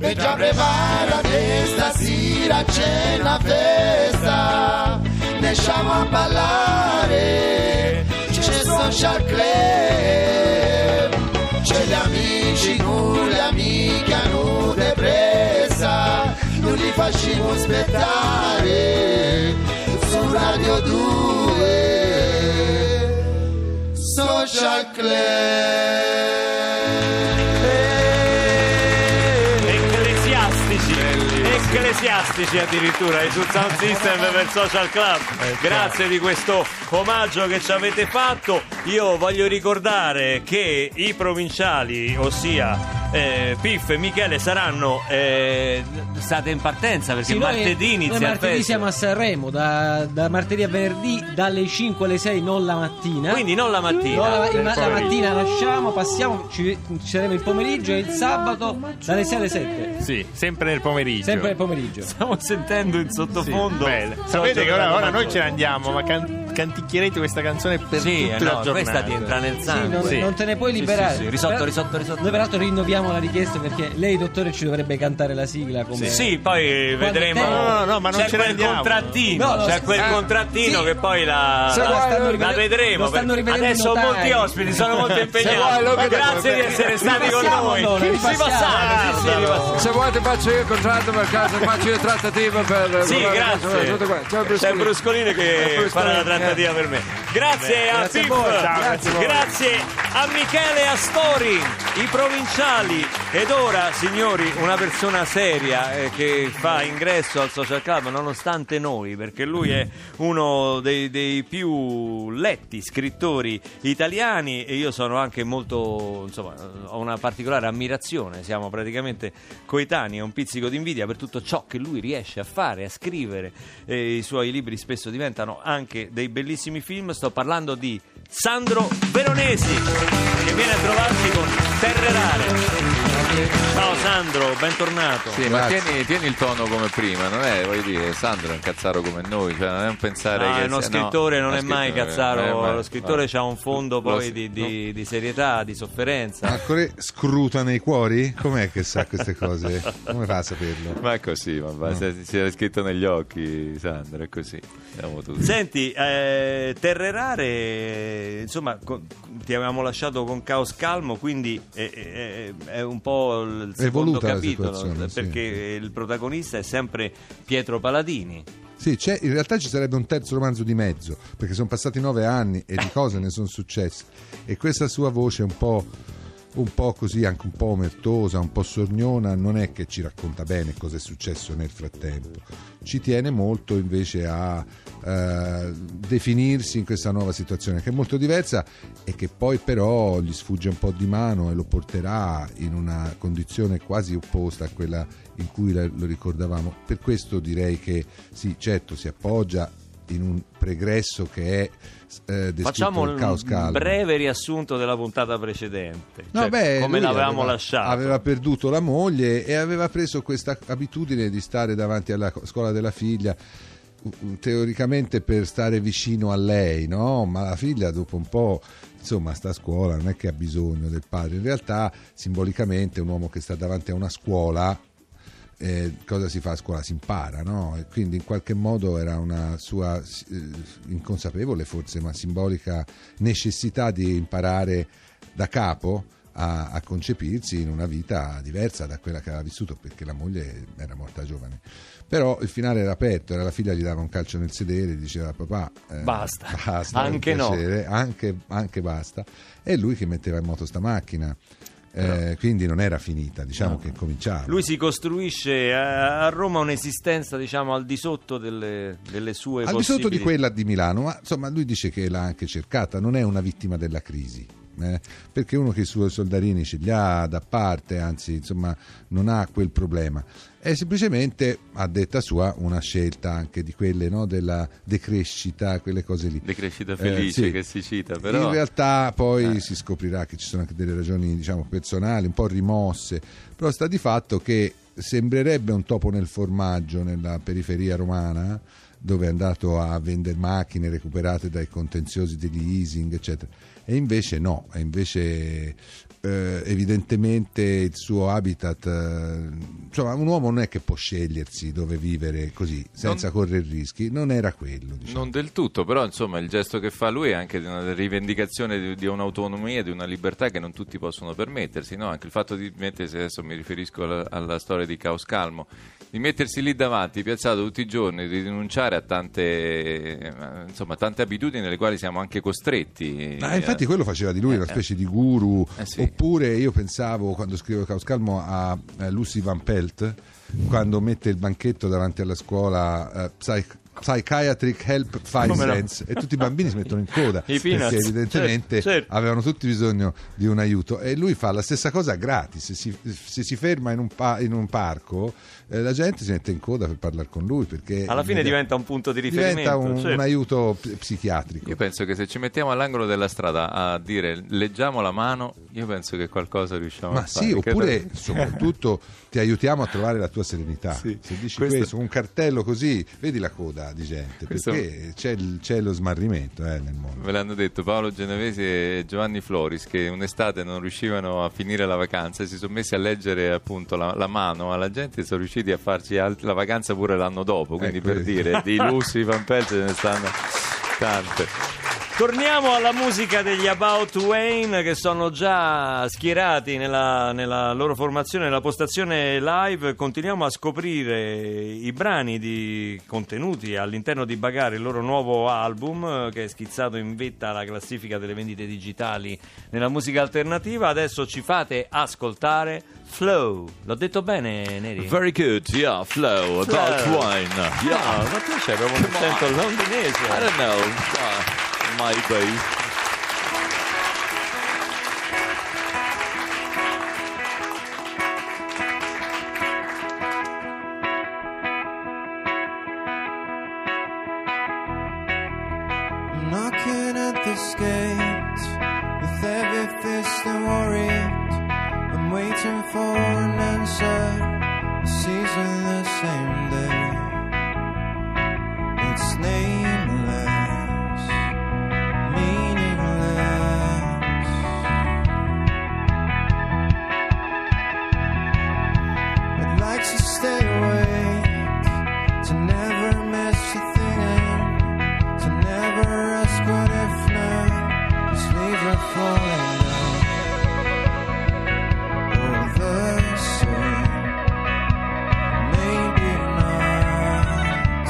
e già preparate, stasera c'è una festa, ne stiamo a ballare, c'è Social Club, c'è gli amici con le amiche hanno depressa, non li facciamo aspettare su Radio 2 Social Club. Ecclesiastici addirittura sul Sound System per Social Club. Grazie di questo omaggio che ci avete fatto. Io voglio ricordare che i provinciali, ossia Piff e Michele, saranno state in partenza perché sì, martedì inizia noi il martedì siamo a Sanremo da martedì a venerdì dalle 5 alle 6, non la mattina. Quindi non la mattina. La mattina lasciamo, passiamo, ci saremo il pomeriggio e il sabato dalle 6 alle 7. Sì, sempre nel pomeriggio. Sempre nel pomeriggio. Stiamo sentendo in sottofondo. Sì, sapete che ora noi ce ne andiamo, ma canticchierete questa canzone per tutta la giornata. Questa ti entra nel sangue. Non te ne puoi liberare. Sì. Risotto. Noi peraltro rinnoviamo la richiesta perché lei, dottore, ci dovrebbe cantare la sigla come... Sì, poi vedremo. No, ma non c'è ce ne quel andiamo. contrattino, c'è quel contrattino che poi la vedremo. Adesso molti ospiti sono molto impegnati. Grazie di essere stati con noi. Se vuoi ti faccio io il contratto per caso, faccio io trattativa per... Sì, grazie. C'è Bruscolini che farà la trattativa per me. Grazie a Piff, grazie a Michele Astori, i provinciali. Ed ora, signori, una persona seria che fa ingresso al Social Club nonostante noi, perché lui è uno dei più letti scrittori italiani e io sono anche molto, insomma, ho una particolare ammirazione, siamo praticamente coetanei, un pizzico di invidia per tutto ciò che lui riesce a fare, a scrivere. I suoi libri spesso diventano anche dei bellissimi film. Sto parlando di Sandro Veronesi, che viene a trovarci con Terre Rare. Ciao Sandro, bentornato. Sì, ma tieni il tono come prima, non è, voglio dire, Sandro è un cazzaro come noi, cioè non pensare che uno scrittore non è mai cazzaro, lo scrittore c'ha un fondo poi di serietà, di sofferenza. Ma scruta nei cuori? Com'è che sa queste cose? Come fa a saperlo? Ma è così, si è scritto negli occhi, Sandro, è così. Siamo tutti. Senti, Terre Rare, insomma, ti avevamo lasciato con Caos Calmo, quindi è un po' il secondo capitolo, perché il protagonista è sempre Pietro Paladini. Sì, in realtà ci sarebbe un terzo romanzo di mezzo, perché sono passati 9 anni e di cose ne sono successe, e questa sua voce un po' così, anche un po' omertosa, un po' sorniona, non è che ci racconta bene cosa è successo nel frattempo, ci tiene molto invece a definirsi in questa nuova situazione che è molto diversa e che poi però gli sfugge un po' di mano e lo porterà in una condizione quasi opposta a quella in cui lo ricordavamo. Per questo direi che sì, certo, si appoggia in un pregresso che è facciamo il Caos Calmo. Un breve riassunto della puntata precedente, come l'avevamo lasciato. Aveva perduto la moglie e aveva preso questa abitudine di stare davanti alla scuola della figlia, teoricamente per stare vicino a lei, no? Ma la figlia dopo un po', insomma, sta a scuola, non è che ha bisogno del padre. In realtà simbolicamente un uomo che sta davanti a una scuola, cosa si fa a scuola? Si impara, no? E quindi in qualche modo era una sua inconsapevole forse, ma simbolica necessità di imparare da capo a concepirsi in una vita diversa da quella che aveva vissuto, perché la moglie era morta giovane. Però il finale era aperto, era la figlia, gli dava un calcio nel sedere, diceva papà basta anche piacere, anche basta, e lui che metteva in moto sta macchina. Quindi non era finita, diciamo, che cominciava. Lui si costruisce a Roma un'esistenza, diciamo, al di sotto delle sue possibilità. Al di sotto di quella di Milano, ma insomma lui dice che l'ha anche cercata, non è una vittima della crisi. Perché uno che i suoi soldarini ce li ha da parte, anzi, insomma, non ha quel problema. È semplicemente, a detta sua, una scelta anche di quelle, no, della decrescita, quelle cose lì. Decrescita felice, sì, che si cita, però in realtà poi si scoprirà che ci sono anche delle ragioni, diciamo, personali, un po' rimosse, però sta di fatto che sembrerebbe un topo nel formaggio nella periferia romana, dove è andato a vendere macchine recuperate dai contenziosi degli easing, eccetera. E invece no, evidentemente il suo habitat, insomma, un uomo non è che può scegliersi dove vivere così senza correre rischi, non era quello, diciamo. Non del tutto, però insomma il gesto che fa lui è anche di una rivendicazione di un'autonomia, di una libertà che non tutti possono permettersi, no? Anche il fatto di mettersi, adesso mi riferisco alla storia di Caos Calmo, di mettersi lì davanti, piazzato tutti i giorni, di rinunciare a tante abitudini alle quali siamo anche costretti. Infatti quello faceva di lui una specie di guru, sì. Oppure io pensavo, quando scrivevo Caos Calmo, a Lucy Van Pelt, quando mette il banchetto davanti alla scuola, Psychiatric Help 5 cents, e tutti i bambini si mettono in coda perché evidentemente certo. Avevano tutti bisogno di un aiuto, e lui fa la stessa cosa gratis. Se si ferma in un parco, la gente si mette in coda per parlare con lui, perché alla fine diventa un punto di riferimento, diventa un aiuto psichiatrico. Io penso che se ci mettiamo all'angolo della strada a dire leggiamo la mano, io penso che qualcosa riusciamo a fare. Ma sì, oppure soprattutto ti aiutiamo a trovare la tua serenità. Sì. Se dici questo, un cartello così, vedi la coda di gente, perché c'è lo smarrimento nel mondo. Me l'hanno detto Paolo Genovesi e Giovanni Floris, che un'estate non riuscivano a finire la vacanza e si sono messi a leggere appunto la mano alla gente, e sono riusciti a farci la vacanza pure l'anno dopo, quindi per dire, di Lucy Van Pelt ce ne stanno tante. Torniamo alla musica degli About Wayne, che sono già schierati nella loro formazione, nella postazione live. Continuiamo a scoprire i brani contenuti all'interno di Bagare, il loro nuovo album, che è schizzato in vetta alla classifica delle vendite digitali nella musica alternativa. Adesso ci fate ascoltare Flow. L'ho detto bene, Neri? Very good, yeah, Flow. About Wayne. Yeah, ma tu c'hai proprio un accento londinese. I don't know. Maybe. Knocking at this gate with heavy fist and worried. I'm waiting for an answer, a season the same day. It's nameless, meaningless. I'd like to stay awake, to never miss a thing, to never ask what if now, just leave her falling down. All the same, maybe not.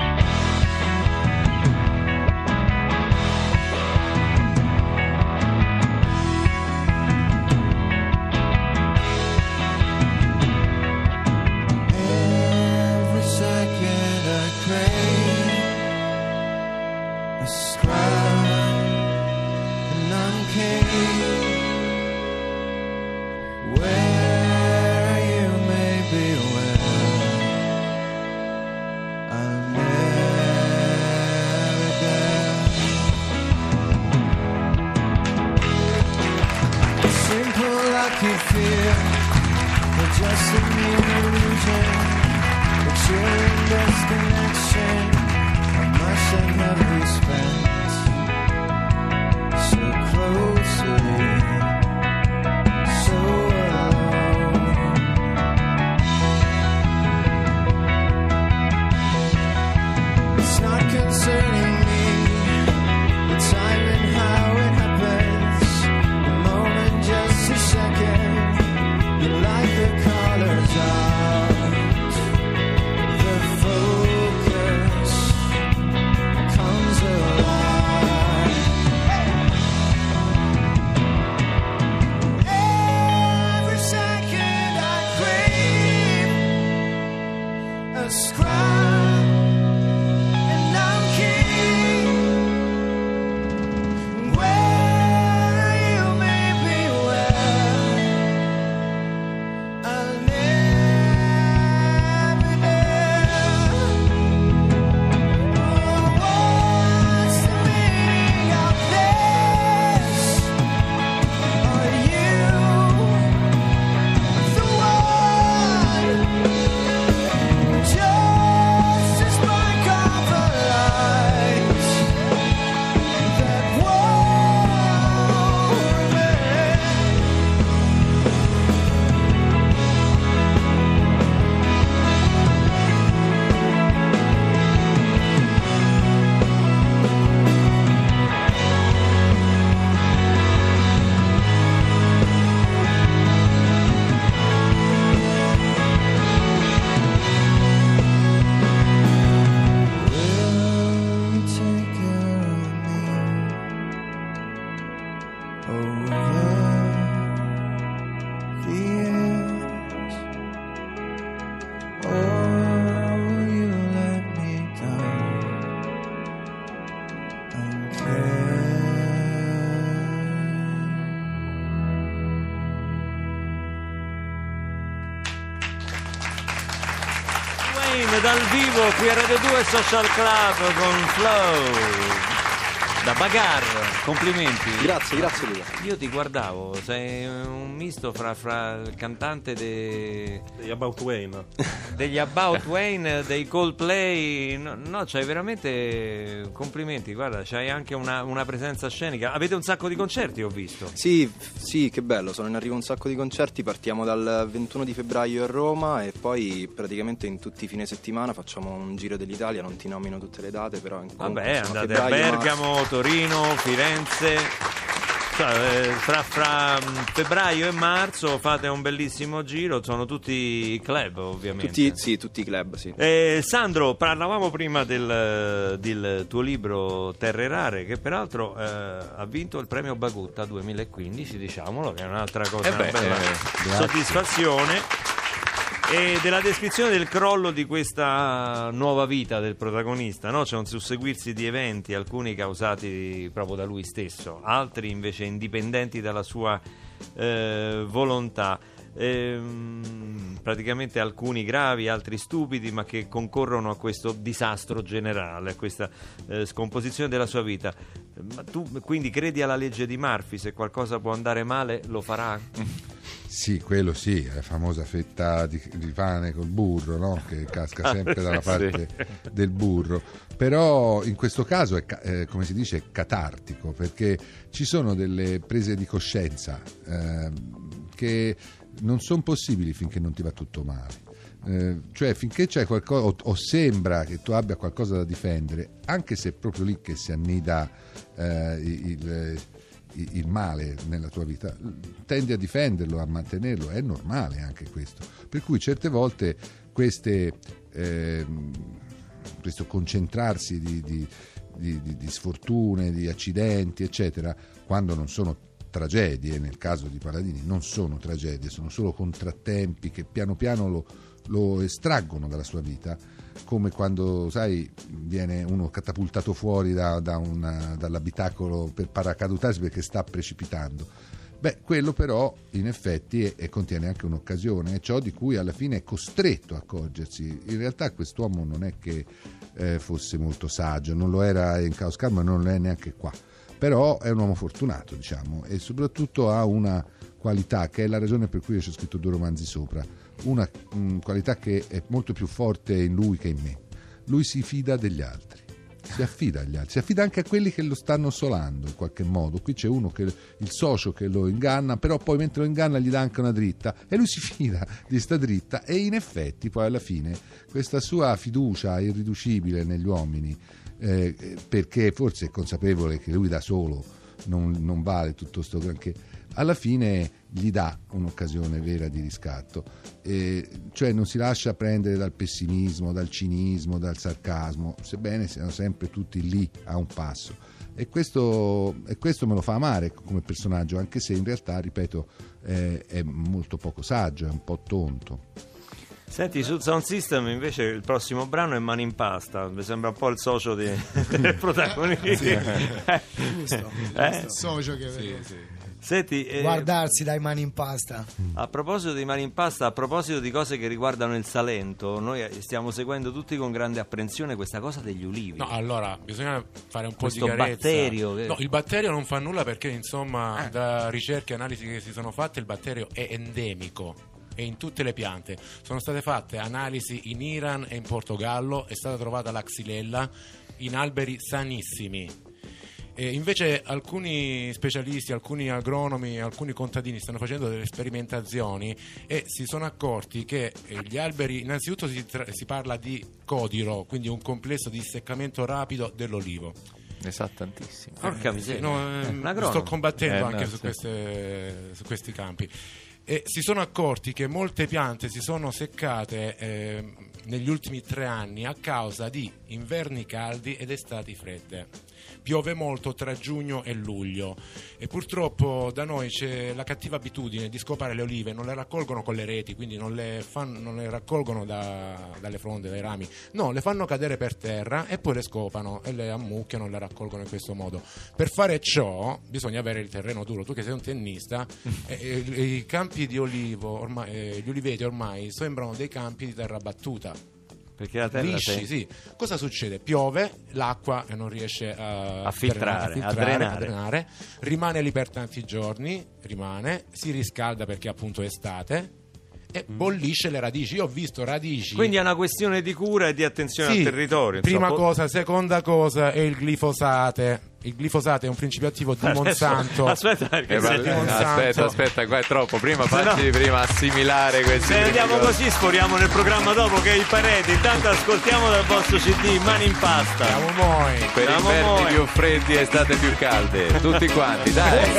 Every second I crave a scrap, an uncaged. Where you may be, where I'll never dare. A simple lucky fear, or just a mere illusion, but you're in destination. How much time have we spent so closely, so alone? It's not concerning me, the time and how it happens, the moment, just a second. You like the colors out, the focus comes alive. Wayne dal vivo qui a Radio 2 Social Club con Flow da Bagar, complimenti. Grazie Luca. Io ti guardavo, sei un misto fra il cantante degli About Wayne, dei Coldplay. No, c'hai veramente complimenti. Guarda, c'hai anche una presenza scenica. Avete un sacco di concerti, ho visto. Sì, che bello, sono in arrivo un sacco di concerti. Partiamo dal 21 di febbraio a Roma e poi praticamente in tutti i fine settimana facciamo un giro dell'Italia. Non ti nomino tutte le date, però vabbè, andate a Bergamo, Torino, Firenze. Fra febbraio e marzo fate un bellissimo giro, sono tutti club ovviamente. Tutti i club, sì. Sandro, parlavamo prima del tuo libro Terre Rare, che peraltro ha vinto il premio Bagutta 2015, diciamolo, che è un'altra cosa, una bella soddisfazione. E della descrizione del crollo di questa nuova vita del protagonista, no? C'è un susseguirsi di eventi, alcuni causati proprio da lui stesso, altri invece indipendenti dalla sua volontà. Praticamente alcuni gravi, altri stupidi, ma che concorrono a questo disastro generale, a questa scomposizione della sua vita. Ma tu quindi credi alla legge di Murphy? Se qualcosa può andare male, lo farà? Sì, quello sì, la famosa fetta di pane col burro, no? Che casca sempre dalla parte del burro. Però in questo caso è come si dice, catartico, perché ci sono delle prese di coscienza che non sono possibili finché non ti va tutto male. Cioè finché c'è qualcosa o sembra che tu abbia qualcosa da difendere, anche se è proprio lì che si annida il male nella tua vita, tendi a difenderlo, a mantenerlo, è normale anche questo. Per cui certe volte questo concentrarsi di sfortune, di accidenti, eccetera, quando non sono tragedie, nel caso di Paladini non sono tragedie, sono solo contrattempi che piano piano lo estraggono dalla sua vita, come quando, sai, viene uno catapultato fuori dall'abitacolo per paracadutarsi perché sta precipitando. Quello però in effetti contiene anche un'occasione, e ciò di cui alla fine è costretto a accorgersi. In realtà quest'uomo non è che fosse molto saggio, non lo era in Caos Calmo e non lo è neanche qua, però è un uomo fortunato, diciamo, e soprattutto ha una qualità che è la ragione per cui io ci ho scritto 2 romanzi sopra, una qualità che è molto più forte in lui che in me. Lui si fida degli altri, si affida agli altri, si affida anche a quelli che lo stanno solando in qualche modo. Qui c'è uno che il socio che lo inganna, però poi mentre lo inganna gli dà anche una dritta e lui si fida di sta dritta, e in effetti poi alla fine questa sua fiducia irriducibile negli uomini, perché forse è consapevole che lui da solo non vale tutto sto granché, alla fine gli dà un'occasione vera di riscatto, cioè non si lascia prendere dal pessimismo, dal cinismo, dal sarcasmo, sebbene siano sempre tutti lì a un passo, e questo me lo fa amare come personaggio, anche se in realtà, ripeto, è molto poco saggio, è un po' tonto. Senti, sul Sound System invece il prossimo brano è Mani in Pasta, mi sembra un po' il socio del protagonista. Giusto, il socio che sì. Senti, guardarsi dai Mani in Pasta. A proposito di Mani in Pasta, a proposito di cose che riguardano il Salento, noi stiamo seguendo tutti con grande apprensione questa cosa degli ulivi. No, allora bisogna fare un po' questo di chiarezza. Batterio No, il batterio non fa nulla perché, insomma, da ricerche e analisi che si sono fatte, il batterio è endemico. E in tutte le piante sono state fatte analisi in Iran e in Portogallo, è stata trovata la xylella in alberi sanissimi. E invece alcuni specialisti, alcuni agronomi, alcuni contadini stanno facendo delle sperimentazioni e si sono accorti che gli alberi, innanzitutto si parla di codiro, quindi un complesso di seccamento rapido dell'olivo. Ne sa tantissimo. Porca miseria. Sto combattendo anche su questi campi. E si sono accorti che molte piante si sono seccate negli ultimi 3 anni a causa di inverni caldi ed estati fredde. Piove molto tra giugno e luglio e purtroppo da noi c'è la cattiva abitudine di scopare le olive, non le raccolgono con le reti, quindi non le raccolgono dalle fronde, dai rami, no, le fanno cadere per terra e poi le scopano e le ammucchiano e le raccolgono in questo modo. Per fare ciò bisogna avere il terreno duro. Tu che sei un tennista, i campi di olivo, gli oliveti ormai sembrano dei campi di terra battuta. Perché la terra sì. Cosa succede? Piove, l'acqua non riesce a filtrare, a drenare, rimane lì per tanti giorni, si riscalda perché appunto è estate e bollisce le radici. Io ho visto radici. Quindi è una questione di cura e di attenzione al territorio. Prima cosa, seconda cosa è il glifosate. Il glifosato è un principio attivo di Monsanto. Aspetta, qua è troppo. Prima assimilare questi. Se andiamo così sforiamo nel programma dopo che è il Parete. Intanto ascoltiamo dal vostro CD Mani in Pasta. Siamo noi. Per inverni più freddi e estate più calde. Tutti quanti, dai.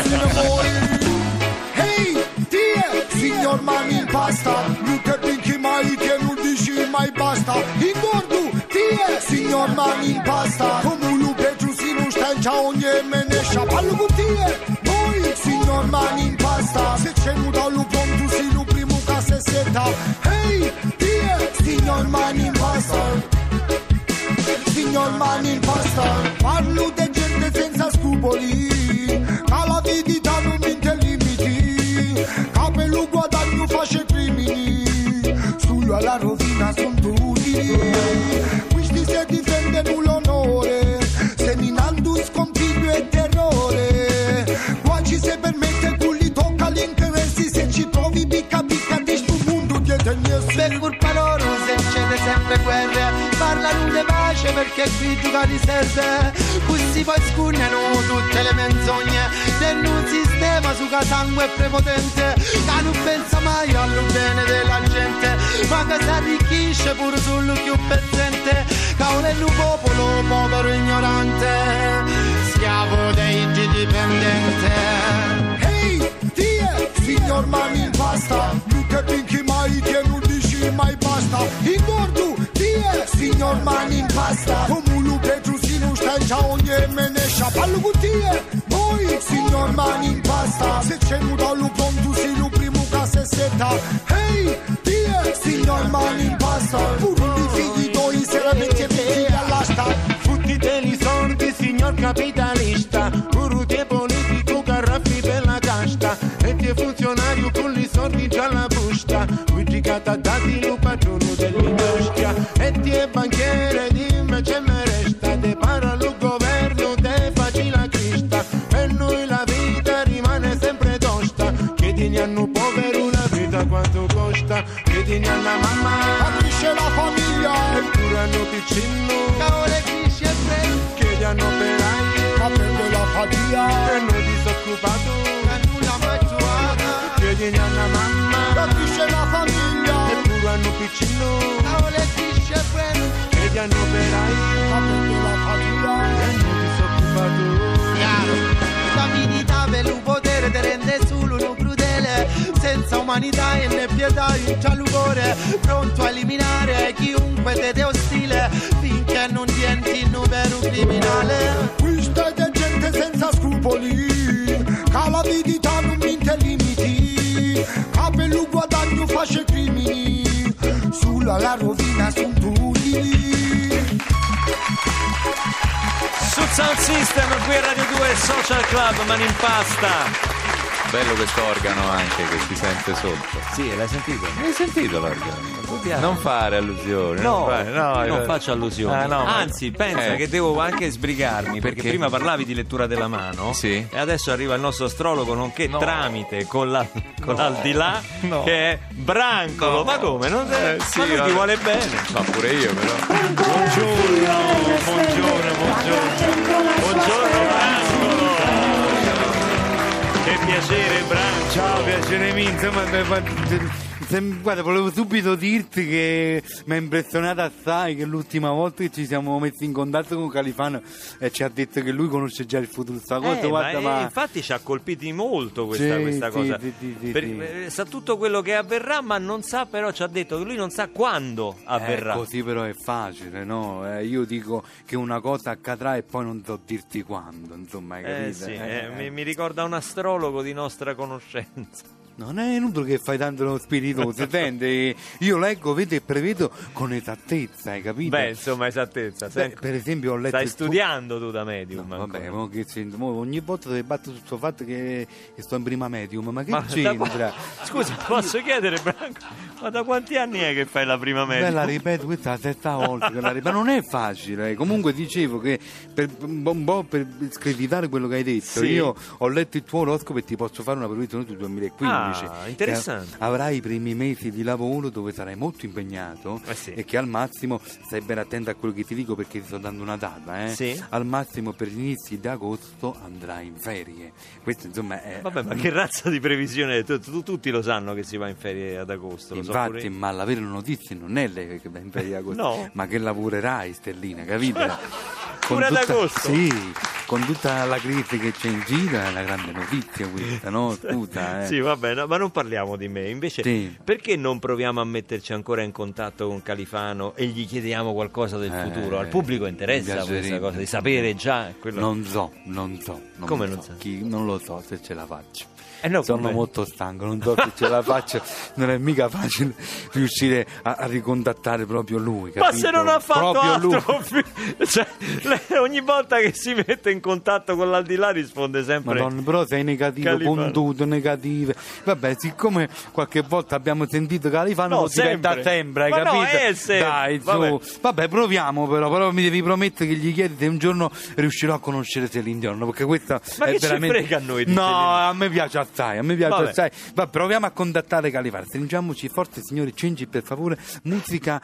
Hey, tie, signor Mani in Pasta, non te pinchi mai che non dici mai basta. Ingordu, tie, signor Mani in Pasta, come un lupe giusti non stai già ogni menescia. Parlo con tie, voi, signor Mani in Pasta, se c'è nuda lupo tu si lu primo ca 60. Hey, tie, signor Mani in Pasta, signor Mani in Pasta, parlo di gente senza scrupoli, ma la vita non mi limiti, capello guadagno face crimini, solo alla rovina sono tutti, questi si difendono l'onore, seminando sconfiglio e terrore, qua ci si permette che li tocca gli interessi, se ci trovi picca di sto mondo dietro il mio. Per colpa loro se c'è sempre guerre, parlano di pace perché qui gioca riserve, così poi scunnano tutte le menzogne del sistema su che sangue è prepotente, che non pensa mai al bene della gente, ma che si arricchisce pure sul più pezzente, che è un popolo povero ignorante, schiavo dei dipendenti. Ehi, tie, signor Mani in Pasta, non te pinchi mai che non dici mai basta. Ingordu, tie, signor Mani in Pasta, come un lupe giusti non stai già ogni menescia. Parlo con tie, voi, signor Mani in Pasta, se c'è nuda lupo tu si lu primo ca 60. Ehi, tie, signor Mani in Pasta, pure i figli tuoi se la metti figli all'asta. Tutti te li soldi, signor capitalista, pure te politico carraffi per la casta, e te funzionario con i soldi già alla busta, qui cata dati lo patrono dell'industria, e te banchiere dimmi c'è me resta, te para lo governo, te facci la crista, e noi la vita rimane sempre tosta, chiedi hanno povero la vita quanto costa, chiedi alla mamma, cresce la famiglia, e pure hanno piccino, cavole cresce e prende, chiedi hanno operai, ma prende la fatica, e noi disoccupato, che nulla mai trovata, chiedi alla mamma, capisce la famiglia, e pure hanno piccino, cavole cresce e prende, chiedi hanno operai, ma prende la fatica, e noi disoccupato. L'avidità per il potere ti rende solo uno crudele, senza umanità e né pietà in già cuore, pronto a eliminare chiunque te è ostile, finché non diventi un vero criminale. Questa è gente senza scrupoli, che la vita non minte limiti, che per il guadagno face crimini, sulla la rovina son tutti. Su Sound System qui a Radio 2 Social Club Mani in Pasta. Bello questo organo anche che si sente sotto. Sì, l'hai sentito? Hai sentito l'organo? Non fare allusioni. No, no, non faccio allusioni. No, anzi, pensa che devo anche sbrigarmi, perché prima parlavi di lettura della mano, sì, e adesso arriva il nostro astrologo, nonché tramite con l'aldilà, che è Brancolo. Ma come? Non sì, ma lui ti vuole bene. Ma pure io però. Buongiorno Brancolo. Che piacere Brancolo. Ciao, piacere mio, insomma, guarda, volevo subito dirti che mi ha impressionato assai che l'ultima volta che ci siamo messi in contatto con Califano ci ha detto che lui conosce già il futuro sta cosa, guarda, ma infatti ci ha colpiti molto questa cosa. Sa tutto quello che avverrà, ma non sa, però ci ha detto che lui non sa quando avverrà. Così però è facile, no? Io dico che una cosa accadrà e poi non so dirti quando, insomma, hai capito? Mi ricorda un astrologo di nostra conoscenza. Non è inutile che fai tanto lo spiritoso, senti? Io leggo, vedo e prevedo con esattezza, hai capito? Beh, insomma, esattezza. Per esempio, ho letto. Stai studiando tu da medium. No, vabbè, ogni volta ti batto sul fatto che sto in prima medium, ma che c'entra? Scusa, posso chiedere, Branco, ma da quanti anni è che fai la prima medium? Beh, la ripeto, questa è la terza volta che la ripeto. Non è facile. Comunque dicevo che un po' per screditare quello che hai detto, io ho letto il tuo oroscopo e ti posso fare una previsione sul 2015. Interessante. Avrai i primi mesi di lavoro dove sarai molto impegnato e che al massimo stai ben attento a quello che ti dico, perché ti sto dando una data. Al massimo per gli inizi di agosto andrai in ferie. Questo insomma è. Vabbè, ma che razza di previsione? Tutti lo sanno che si va in ferie ad agosto. Infatti, ma la vera notizia non è lei che va in ferie ad agosto, ma che lavorerai, Stellina, capito? Pure ad agosto? Sì, con tutta la crisi che c'è in giro è una grande notizia questa, no? Scusa, Sì, vabbè, no, ma non parliamo di me. Invece, perché non proviamo a metterci ancora in contatto con Califano e gli chiediamo qualcosa del futuro? Al pubblico interessa questa cosa, di sapere già quello. Non so. Come non so? Non lo so se ce la faccio. No, sono molto stanco, non so se ce la faccio, non è mica facile riuscire a ricontattare proprio lui, capito? Ma se non ha fatto proprio altro, cioè, ogni volta che si mette in contatto con l'aldilà risponde sempre. Madonna, però sei negativo, Califano. con tutto negativo. Vabbè, siccome qualche volta abbiamo sentito Califano, diventa sempre, hai ma capito? Dai, vabbè, proviamo però mi devi promettere che gli chiedi se un giorno riuscirò a conoscere Celine Dion, perché questa ma è che veramente. ci frega a noi di No, Celine? a me piace assai. Va, proviamo a contattare Califano. Stringiamoci forte, signori. Cengi, per favore, musica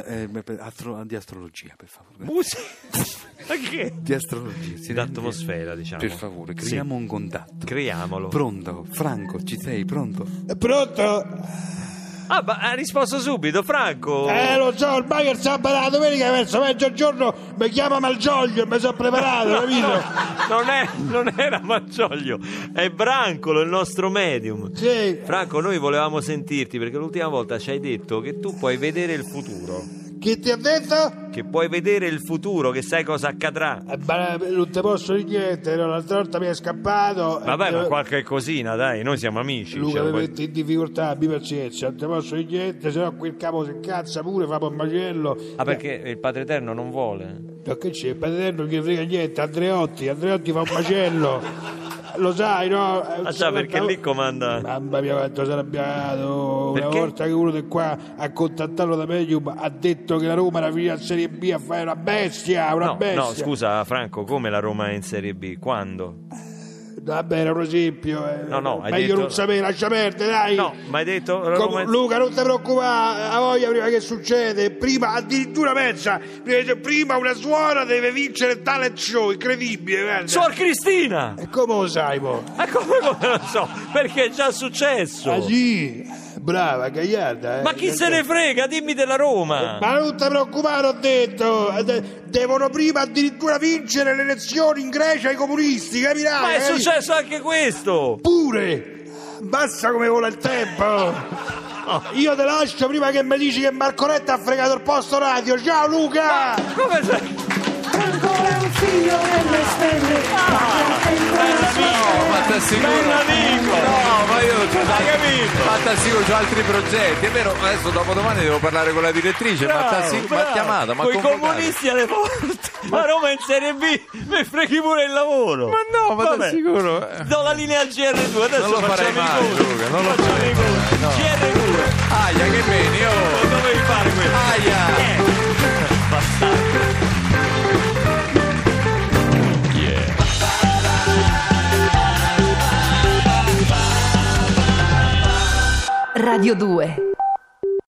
di astrologia, per favore. Musica? Ma che? Di astrologia, d'atmosfera, diciamo. Per favore, creiamo un contatto. Creiamolo. Pronto? Franco, ci sei? Pronto? Pronto? Ah, ma ha risposto subito, Franco. Lo so, ormai che sabato la domenica verso mezzogiorno mi chiama Malgioglio e mi sono preparato, capito? Non era Malgioglio, è Brancolo, il nostro medium. Sì. Franco, noi volevamo sentirti perché l'ultima volta ci hai detto che tu puoi vedere il futuro. Chi ti ha detto? Che puoi vedere il futuro, che sai cosa accadrà. Ma non ti posso dire niente, no? L'altra volta mi è scappato. Vabbè, ma qualche cosina, dai, noi siamo amici. Luca, mi metti in difficoltà, abbi pazienza, non ti posso dire niente, sennò qui il capo si incazza pure, fa un macello. Ah, perché il Padre Eterno non vuole? No, che c'è? Il Padre Eterno non gli frega niente, Andreotti fa un macello. Lo sai, no? Ah già, perché lì comanda. Mamma mia, quanto sarà arrabbiato. Una volta che uno di qua a contattarlo da medium ha detto che la Roma era finita in Serie B, a fare una bestia, bestia. No, scusa Franco, come la Roma è in Serie B? Quando? Vabbè, era un esempio. No, hai meglio detto. Non sapere, lascia perdere, dai. No, ma hai detto. Luca, non ti preoccupare, a voglia prima che succede. Prima, addirittura pensa, prima una suora deve vincere talent show, incredibile, guarda. Suor Cristina! E come lo sai, mo? Come lo so? Perché è già successo. Ah sì? Brava, Gagliarda. Ma chi se ne frega? Dimmi della Roma. Ma non ti preoccupare, ho detto. Devono prima addirittura vincere le elezioni in Grecia i comunisti, capirai? Ma è successo anche questo. Pure. Basta come vola il tempo. Io te lascio prima che mi dici che Marcoretta ha fregato il posto radio. Ciao Luca. Ma come sei? Ancora un figlio nelle stelle. Ma t'assicuro. No, ma io ma t'assicuro, c'ho altri progetti. È vero, adesso dopodomani devo parlare con la direttrice. Ma ha chiamato, ma con i comunisti alle volte. Ma Roma è in Serie B, mi freghi pure il lavoro. Ma no, ma t'assicuro. Do la linea al GR2, adesso non lo farei mai, Luca, non lo farei mai. No. GR2. Aia, che bene, Non dovevi fare questo. Aia. Bastardo. Radio 2